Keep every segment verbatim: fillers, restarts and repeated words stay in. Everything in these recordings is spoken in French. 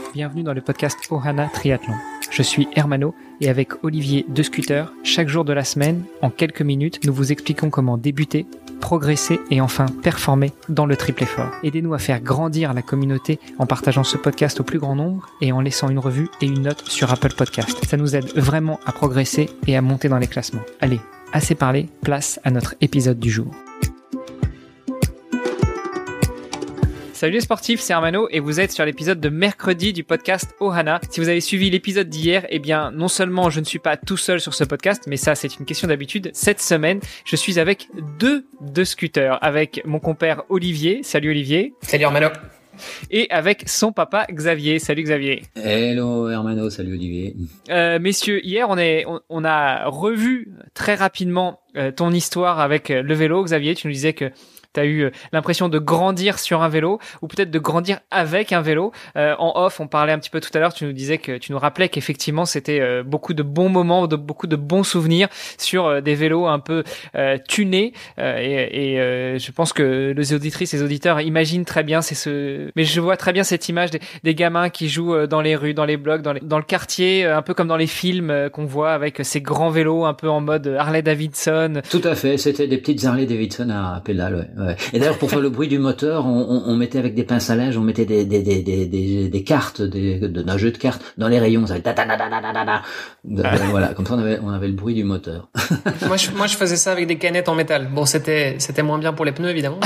bienvenue dans le podcast Ohana Triathlon. Je suis Hermano et avec Olivier de Scooter, chaque jour de la semaine, en quelques minutes, nous vous expliquons comment débuter, progresser et enfin performer dans le triple effort. Aidez-nous à faire grandir la communauté en partageant ce podcast au plus grand nombre et en laissant une revue et une note sur Apple Podcast. Ça nous aide vraiment à progresser et à monter dans les classements. Allez, assez parlé, place à notre épisode du jour. Salut les sportifs, c'est Hermano et vous êtes sur l'épisode de mercredi du podcast Ohana. Si vous avez suivi l'épisode d'hier, eh bien non seulement je ne suis pas tout seul sur ce podcast, mais ça c'est une question d'habitude. Cette semaine, je suis avec deux de scooters, avec mon compère Olivier. Salut Olivier. Salut Hermano. Et avec son papa Xavier. Salut Xavier. Hello Hermano, salut Olivier. Euh, messieurs, hier on, est, on, on a revu très rapidement euh, ton histoire avec le vélo. Xavier, tu nous disais que tu as eu l'impression de grandir sur un vélo ou peut-être de grandir avec un vélo. Euh, en off, on parlait un petit peu tout à l'heure, tu nous disais que tu nous rappelais qu'effectivement c'était euh, beaucoup de bons moments, de, beaucoup de bons souvenirs sur euh, des vélos un peu euh, tunés euh, et, et euh, je pense que les auditrices et les auditeurs imaginent très bien, c'est ce... mais je vois très bien cette image des, des gamins qui jouent dans les rues, dans les blocs, dans, les... dans le quartier, un peu comme dans les films euh, qu'on voit avec ces grands vélos un peu en mode Harley Davidson. Tout à fait, c'était des petites Harley Davidson à pédale, ouais. Ouais. Et d'ailleurs, pour faire le bruit du moteur, on, on, on mettait avec des pinces à linge, on mettait des des des des des, des cartes, des d'un jeu de cartes dans les rayons. Ça avait ta ta ta ta ta ta ta. Voilà, comme ça on avait on avait le bruit du moteur. moi je moi je faisais ça avec des canettes en métal. Bon, c'était c'était moins bien pour les pneus évidemment.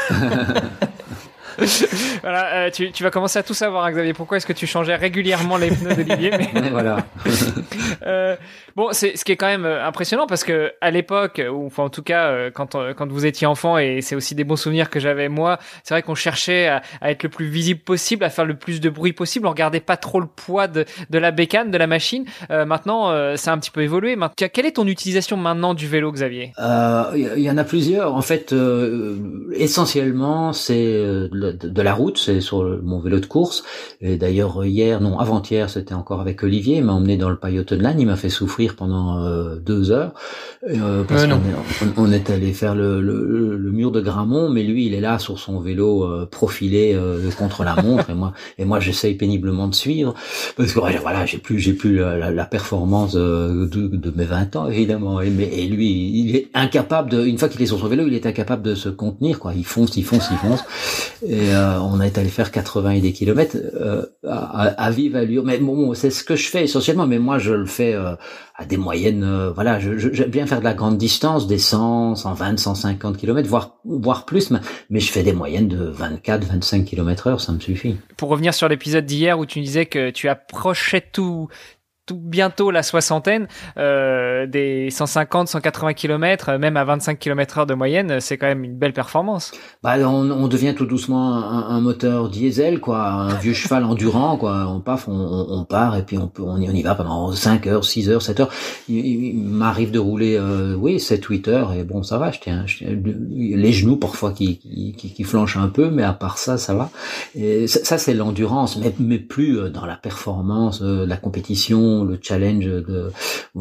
Voilà, euh, tu, tu vas commencer à tout savoir, hein, Xavier. Pourquoi est-ce que tu changeais régulièrement les pneus d'Olivier? Mais... mais voilà. euh, bon, c'est ce qui est quand même impressionnant parce que à l'époque, ou enfin en tout cas quand quand vous étiez enfant, et c'est aussi des bons souvenirs que j'avais moi, c'est vrai qu'on cherchait à, à être le plus visible possible, à faire le plus de bruit possible. On regardait pas trop le poids de de la bécane, de la machine. Euh, maintenant, euh, ça a un petit peu évolué. Maintenant, quelle est ton utilisation maintenant du vélo, Xavier? Il euh, y, y en a plusieurs. En fait, euh, essentiellement, c'est euh, de, de la route, c'est sur le, mon vélo de course. Et d'ailleurs hier, non, avant-hier, c'était encore avec Olivier, il m'a emmené dans le Pajottenland, il m'a fait souffrir pendant euh, deux heures euh, parce euh, qu'on est, on, on est allé faire le, le, le mur de Grammont, mais lui, il est là sur son vélo euh, profilé euh, contre la montre, et moi, et moi, j'essaye péniblement de suivre parce que voilà, j'ai plus, j'ai plus la, la, la performance euh, de, de mes vingt ans évidemment. Et, mais, et lui, il est incapable de, une fois qu'il est sur son vélo, il est incapable de se contenir, quoi. Il fonce, il fonce, il fonce. Et euh, on est allé faire quatre-vingts et des kilomètres euh, à, à vive allure. Mais bon, c'est ce que je fais essentiellement. Mais moi, je le fais euh, à des moyennes. Euh, voilà, je, je, j'aime bien faire de la grande distance, des cent, cent vingt, cent cinquante kilomètres, voire voire plus. Mais, mais je fais des moyennes de vingt-quatre, vingt-cinq kilomètres heure, ça me suffit. Pour revenir sur l'épisode d'hier où tu disais que tu approchais tout. bientôt la soixantaine, euh, des cent cinquante, cent quatre-vingts kilomètres, même à vingt-cinq kilomètres heure de moyenne, c'est quand même une belle performance. Bah, on, on devient tout doucement un, un moteur diesel, quoi, un vieux cheval endurant, quoi. On paf, on, on, on part et puis on peut, on y, on y va pendant cinq heures, six heures, sept heures. Il, il m'arrive de rouler, euh, oui, sept, huit heures et bon, ça va. Je tiens, je tiens les genoux parfois qui, qui, qui, qui flanchent un peu, mais à part ça, ça va. Et ça, ça c'est l'endurance, mais, mais plus dans la performance, euh, la compétition. Le challenge de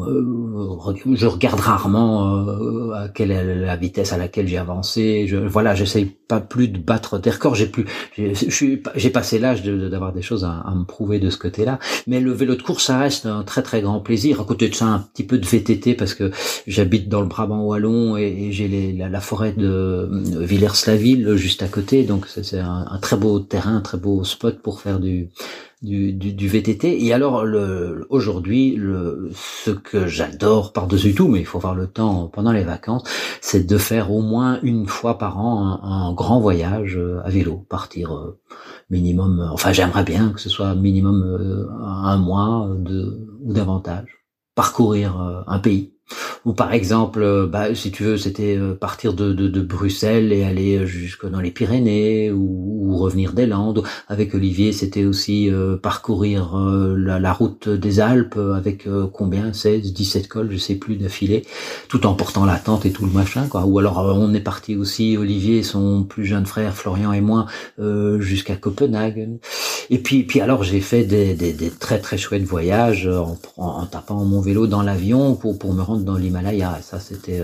euh, je regarde rarement euh, à quelle est la vitesse à laquelle j'ai avancé. Je, voilà, j'essaye pas plus de battre des records. J'ai plus, j'ai, je suis, j'ai passé l'âge de, de, d'avoir des choses à, à me prouver de ce côté-là. Mais le vélo de course, ça reste un très très grand plaisir. À côté de ça, un petit peu de V T T parce que j'habite dans le Brabant wallon et, et j'ai les, la, la forêt de Villers-la-Ville juste à côté. Donc c'est, c'est un, un très beau terrain, un très beau spot pour faire du Du, du, du V T T. Et alors le, aujourd'hui, le, ce que j'adore par-dessus tout, mais il faut avoir le temps pendant les vacances, c'est de faire au moins une fois par an un, un grand voyage à vélo, partir euh, minimum, enfin j'aimerais bien que ce soit minimum euh, un mois de, ou davantage, parcourir euh, un pays. Ou par exemple, bah, si tu veux, c'était partir de, de, de Bruxelles et aller jusque dans les Pyrénées ou, ou revenir des Landes. Avec Olivier, c'était aussi euh, parcourir euh, la, la route des Alpes avec euh, combien, seize, dix-sept cols, je sais plus, d'affilée, tout en portant la tente et tout le machin, quoi. Ou alors euh, on est parti aussi, Olivier, son plus jeune frère Florian et moi, euh, jusqu'à Copenhague. Et puis, puis alors j'ai fait des, des, des très très chouettes voyages en, en, en tapant mon vélo dans l'avion pour pour me rendre dans l'Himalaya. Et ça c'était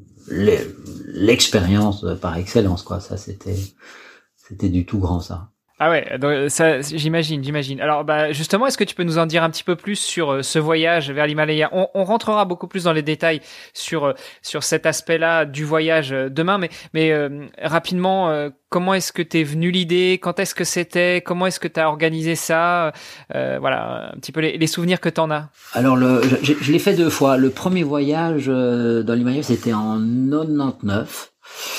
euh, l'expérience par excellence, quoi. Ça c'était c'était du tout grand, ça. Ah ouais, donc ça, j'imagine, j'imagine. Alors, bah, justement, est-ce que tu peux nous en dire un petit peu plus sur euh, ce voyage vers l'Himalaya? On, on rentrera beaucoup plus dans les détails sur euh, sur cet aspect-là du voyage euh, demain, mais mais euh, rapidement, euh, comment est-ce que t'es venu l'idée? Quand est-ce que c'était? Comment est-ce que t'as organisé ça? Euh, voilà, un petit peu les, les souvenirs que t'en as. Alors, le, je, je l'ai fait deux fois. Le premier voyage euh, dans l'Himalaya, c'était en quatre-vingt-dix-neuf.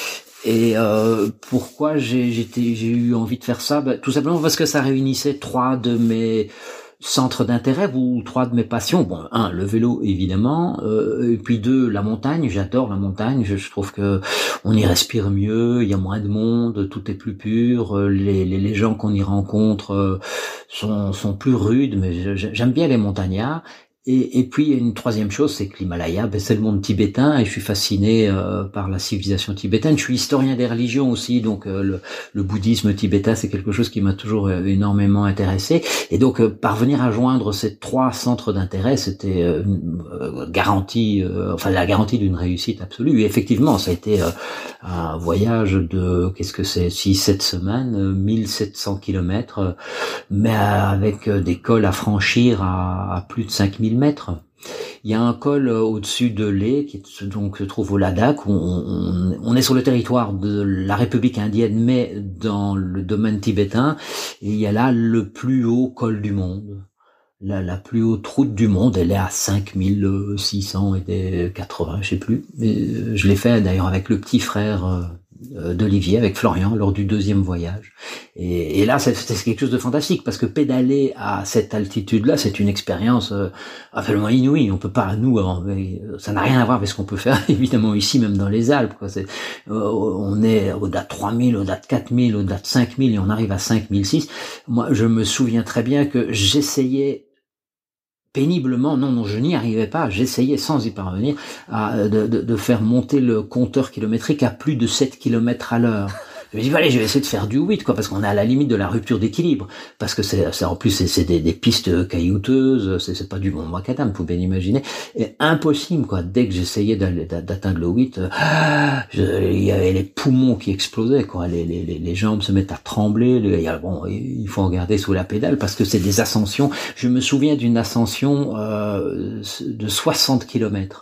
Et euh, pourquoi j'ai, j'étais, j'ai eu envie de faire ça? Ben, tout simplement parce que ça réunissait trois de mes centres d'intérêt ou trois de mes passions. Bon, un, le vélo évidemment, euh, et puis deux, la montagne. J'adore la montagne. Je, je trouve que on y respire mieux, il y a moins de monde, tout est plus pur. Les, les, les gens qu'on y rencontre sont, sont plus rudes, mais j'aime bien les montagnards. Et, et puis il y a une troisième chose, c'est que l'Himalaya, ben, c'est le monde tibétain et je suis fasciné euh, par la civilisation tibétaine. Je suis historien des religions aussi, donc euh, le, le bouddhisme tibétain, c'est quelque chose qui m'a toujours euh, énormément intéressé. Et donc euh, parvenir à joindre ces trois centres d'intérêt, c'était euh, euh, garantie, euh, enfin la garantie d'une réussite absolue. Et effectivement, ça a été euh, un voyage de, qu'est-ce que c'est, six sept semaines, euh, mille sept cents kilomètres, euh, mais avec euh, des cols à franchir à, à plus de cinq mille mètres. Il y a un col euh, au-dessus de Leh qui est, donc se trouve au Ladakh où on, on, on est sur le territoire de la République indienne mais dans le domaine tibétain et il y a là le plus haut col du monde. La, la plus haute route du monde, elle est à cinq mille six cents et quatre-vingts, je sais plus. Mais je l'ai fait d'ailleurs avec le petit frère euh, d'Olivier, avec Florian, lors du deuxième voyage. Et, et là, c'est, c'est quelque chose de fantastique, parce que pédaler à cette altitude-là, c'est une expérience euh, absolument inouïe. On peut pas, nous, ça n'a rien à voir avec ce qu'on peut faire, évidemment, ici, même dans les Alpes, quoi. C'est, euh, on est au-delà de trois mille, au-delà de quatre mille, au-delà de cinq mille, et on arrive à cinq mille six. Moi, je me souviens très bien que j'essayais péniblement, non, non, je n'y arrivais pas, j'essayais sans y parvenir à, de, de, de faire monter le compteur kilométrique à plus de sept kilomètres à l'heure. Je me dis, allez, je vais essayer de faire du huit, quoi, parce qu'on est à la limite de la rupture d'équilibre. Parce que c'est, c'est en plus, c'est, c'est des, des pistes caillouteuses, c'est, c'est pas du bon macadam, vous pouvez l'imaginer. Et impossible, quoi. Dès que j'essayais d'atteindre le huit, euh, je, il y avait les poumons qui explosaient, quoi. Les, les, les jambes se mettent à trembler. Les, bon, il faut regarder sous la pédale parce que c'est des ascensions. Je me souviens d'une ascension, euh, de soixante kilomètres.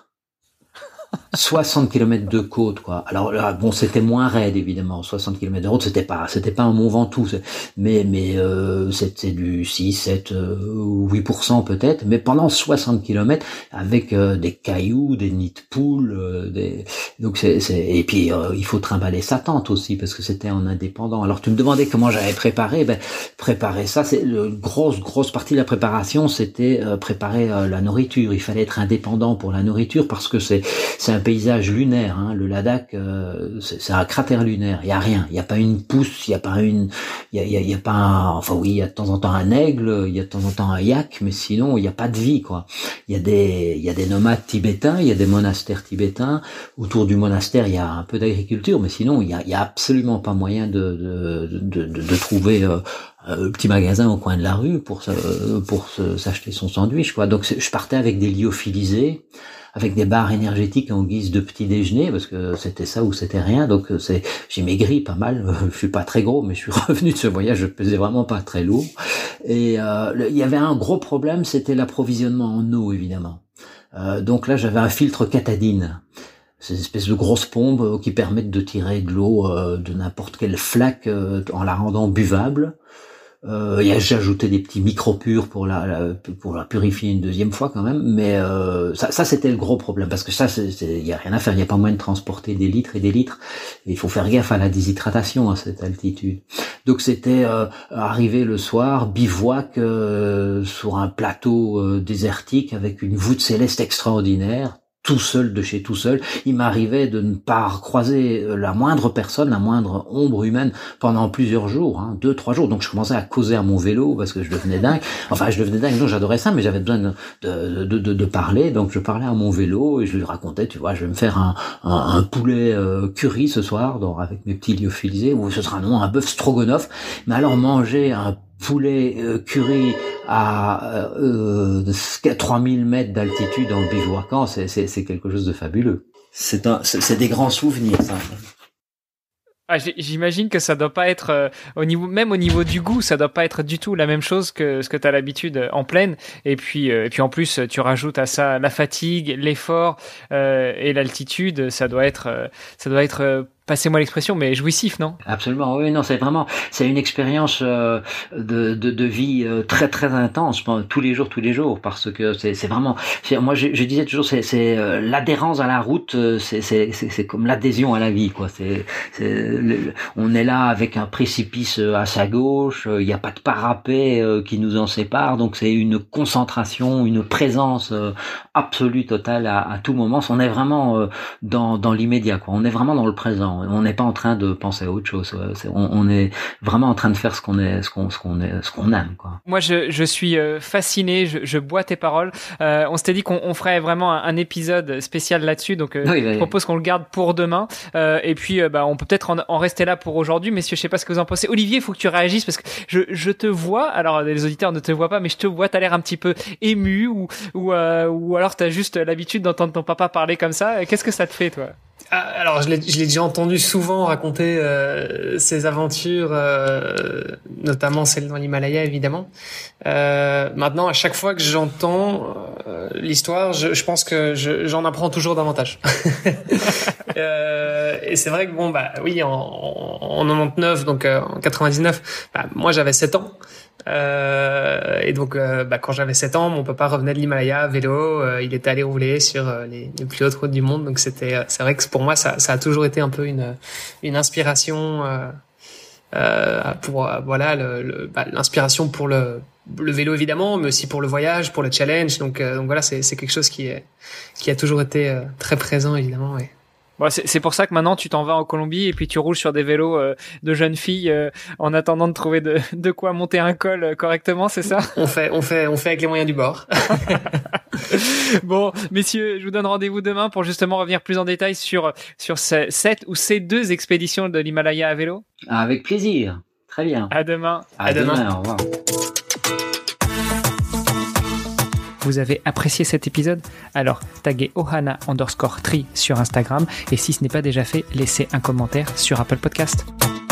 soixante kilomètres de côte, quoi. Alors là, bon, c'était moins raide, évidemment. soixante kilomètres de route, c'était pas, c'était pas un Mont Ventoux, mais, mais, euh, c'était du six, sept, huit pour cent peut-être, mais pendant soixante kilomètres, avec, euh, des cailloux, des nids de poules, euh, des, donc c'est, c'est, et puis, euh, il faut trimballer sa tente aussi, parce que c'était en indépendant. Alors, tu me demandais comment j'avais préparé, ben, préparer ça, c'est, le grosse, grosse partie de la préparation, c'était, euh, préparer, euh, la nourriture. Il fallait être indépendant pour la nourriture, parce que c'est, c'est un paysage lunaire, hein. Le Ladakh, euh, c'est, c'est un cratère lunaire. Il y a rien, il y a pas une pousse, il y a pas une, il y a, il y a, il y a pas, un, enfin oui, il y a de temps en temps un aigle, il y a de temps en temps un yak, mais sinon il y a pas de vie, quoi. Il y a des, il y a des nomades tibétains, il y a des monastères tibétains. Autour du monastère, il y a un peu d'agriculture, mais sinon il y a, il y a absolument pas moyen de, de, de, de, de trouver euh, un petit magasin au coin de la rue pour se, pour se, s'acheter son sandwich, quoi. Donc je partais avec des lyophilisés, avec des barres énergétiques en guise de petit déjeuner, parce que c'était ça ou c'était rien. Donc c'est, j'ai maigri pas mal. Je suis pas très gros, mais je suis revenu de ce voyage, je pesais vraiment pas très lourd. Et euh, le, il y avait un gros problème, c'était l'approvisionnement en eau, évidemment. Euh, donc là, j'avais un filtre Catadine. C'est une espèce de grosse pompe qui permettent de tirer de l'eau euh, de n'importe quelle flaque euh, en la rendant buvable. Euh, et j'ai ajouté des petits micro-purs pour la, la pour la purifier une deuxième fois quand même, mais euh, ça, ça c'était le gros problème, parce que ça, c'est, c'est, y a rien à faire, il y a pas moyen de transporter des litres et des litres. Et il faut faire gaffe à la déshydratation à cette altitude. Donc c'était euh, arrivé le soir, bivouac euh, sur un plateau euh, désertique avec une voûte céleste extraordinaire. Tout seul de chez tout seul, il m'arrivait de ne pas croiser la moindre personne, la moindre ombre humaine pendant plusieurs jours, hein, deux, trois jours. Donc je commençais à causer à mon vélo parce que je devenais dingue. Enfin, je devenais dingue, non, j'adorais ça, mais j'avais besoin de, de, de, de, de parler. Donc je parlais à mon vélo et je lui racontais, tu vois, je vais me faire un, un, un poulet euh, curry ce soir, donc avec mes petits lyophilisés, ou ce sera non, un bœuf stroganoff. Mais alors manger un poulet euh, curry à euh, trois mille mètres d'altitude en bivouacant, c'est, c'est, c'est quelque chose de fabuleux. C'est, un, c'est, c'est des grands souvenirs, ça. Ah, j'imagine que ça doit pas être euh, au niveau, même au niveau du goût, ça doit pas être du tout la même chose que ce que t'as l'habitude en plaine. Et puis, euh, et puis en plus, tu rajoutes à ça la fatigue, l'effort euh, et l'altitude. Ça doit être, euh, ça doit être euh, passez-moi l'expression, mais jouissif, non? Absolument, oui, non, c'est vraiment, c'est une expérience euh, de, de de vie euh, très très intense, tous les jours, tous les jours, parce que c'est c'est vraiment, c'est, moi je, je disais toujours, c'est c'est euh, l'adhérence à la route, c'est c'est c'est c'est comme l'adhésion à la vie, quoi. C'est c'est le, on est là avec un précipice à sa gauche, il n'y a pas de parapet euh, qui nous en sépare, donc c'est une concentration, une présence euh, absolue, totale à, à tout moment. On est vraiment euh, dans dans l'immédiat, quoi. On est vraiment dans le présent. On n'est pas en train de penser à autre chose. C'est, on, on est vraiment en train de faire ce qu'on est, ce qu'on, ce qu'on est, ce qu'on aime, quoi. Moi, je, je suis fasciné. Je, je bois tes paroles. Euh, on s'était dit qu'on on ferait vraiment un, un épisode spécial là-dessus. Donc, euh, oui, je oui. propose qu'on le garde pour demain. Euh, et puis, euh, bah, on peut peut-être en, en rester là pour aujourd'hui. Messieurs, je sais pas ce que vous en pensez. Olivier, il faut que tu réagisses parce que je, je te vois. Alors, les auditeurs ne te voient pas, mais je te vois. T'as l'air un petit peu ému ou, ou, euh, ou alors t'as juste l'habitude d'entendre ton papa parler comme ça. Qu'est-ce que ça te fait, toi? Alors, je l'ai, je l'ai déjà entendu souvent raconter euh, ses aventures, euh, notamment celle dans l'Himalaya, évidemment. Euh, maintenant, à chaque fois que j'entends euh, l'histoire, je, je pense que je, j'en apprends toujours davantage. euh, et c'est vrai que bon, bah oui, en, en, en quatre-vingt-dix-neuf, donc euh, en quatre-vingt-dix-neuf, bah, moi j'avais sept ans. Euh, et donc, euh, bah, quand j'avais sept ans, mon papa revenait de l'Himalaya à vélo. Euh, il était allé rouler sur euh, les, les plus hautes routes du monde. Donc, c'était, euh, c'est vrai que pour moi, ça, ça a toujours été un peu une, une inspiration euh, euh, pour, euh, voilà, le, le, bah, l'inspiration pour le, le vélo évidemment, mais aussi pour le voyage, pour le challenge. Donc, euh, donc voilà, c'est, c'est quelque chose qui est, qui a toujours été euh, très présent évidemment. Ouais. Bon, c'est, c'est pour ça que maintenant tu t'en vas en Colombie et puis tu roules sur des vélos euh, de jeunes filles euh, en attendant de trouver de, de quoi monter un col euh, correctement, c'est ça? On fait, on fait, on fait avec les moyens du bord. Bon, messieurs, je vous donne rendez-vous demain pour justement revenir plus en détail sur sur ce, cette ou ces deux expéditions de l'Himalaya à vélo. Avec plaisir. Très bien. À demain. À, à demain. demain. Au revoir. Vous avez apprécié cet épisode? Alors, taguez ohana underscore tri sur Instagram et si ce n'est pas déjà fait, laissez un commentaire sur Apple Podcast.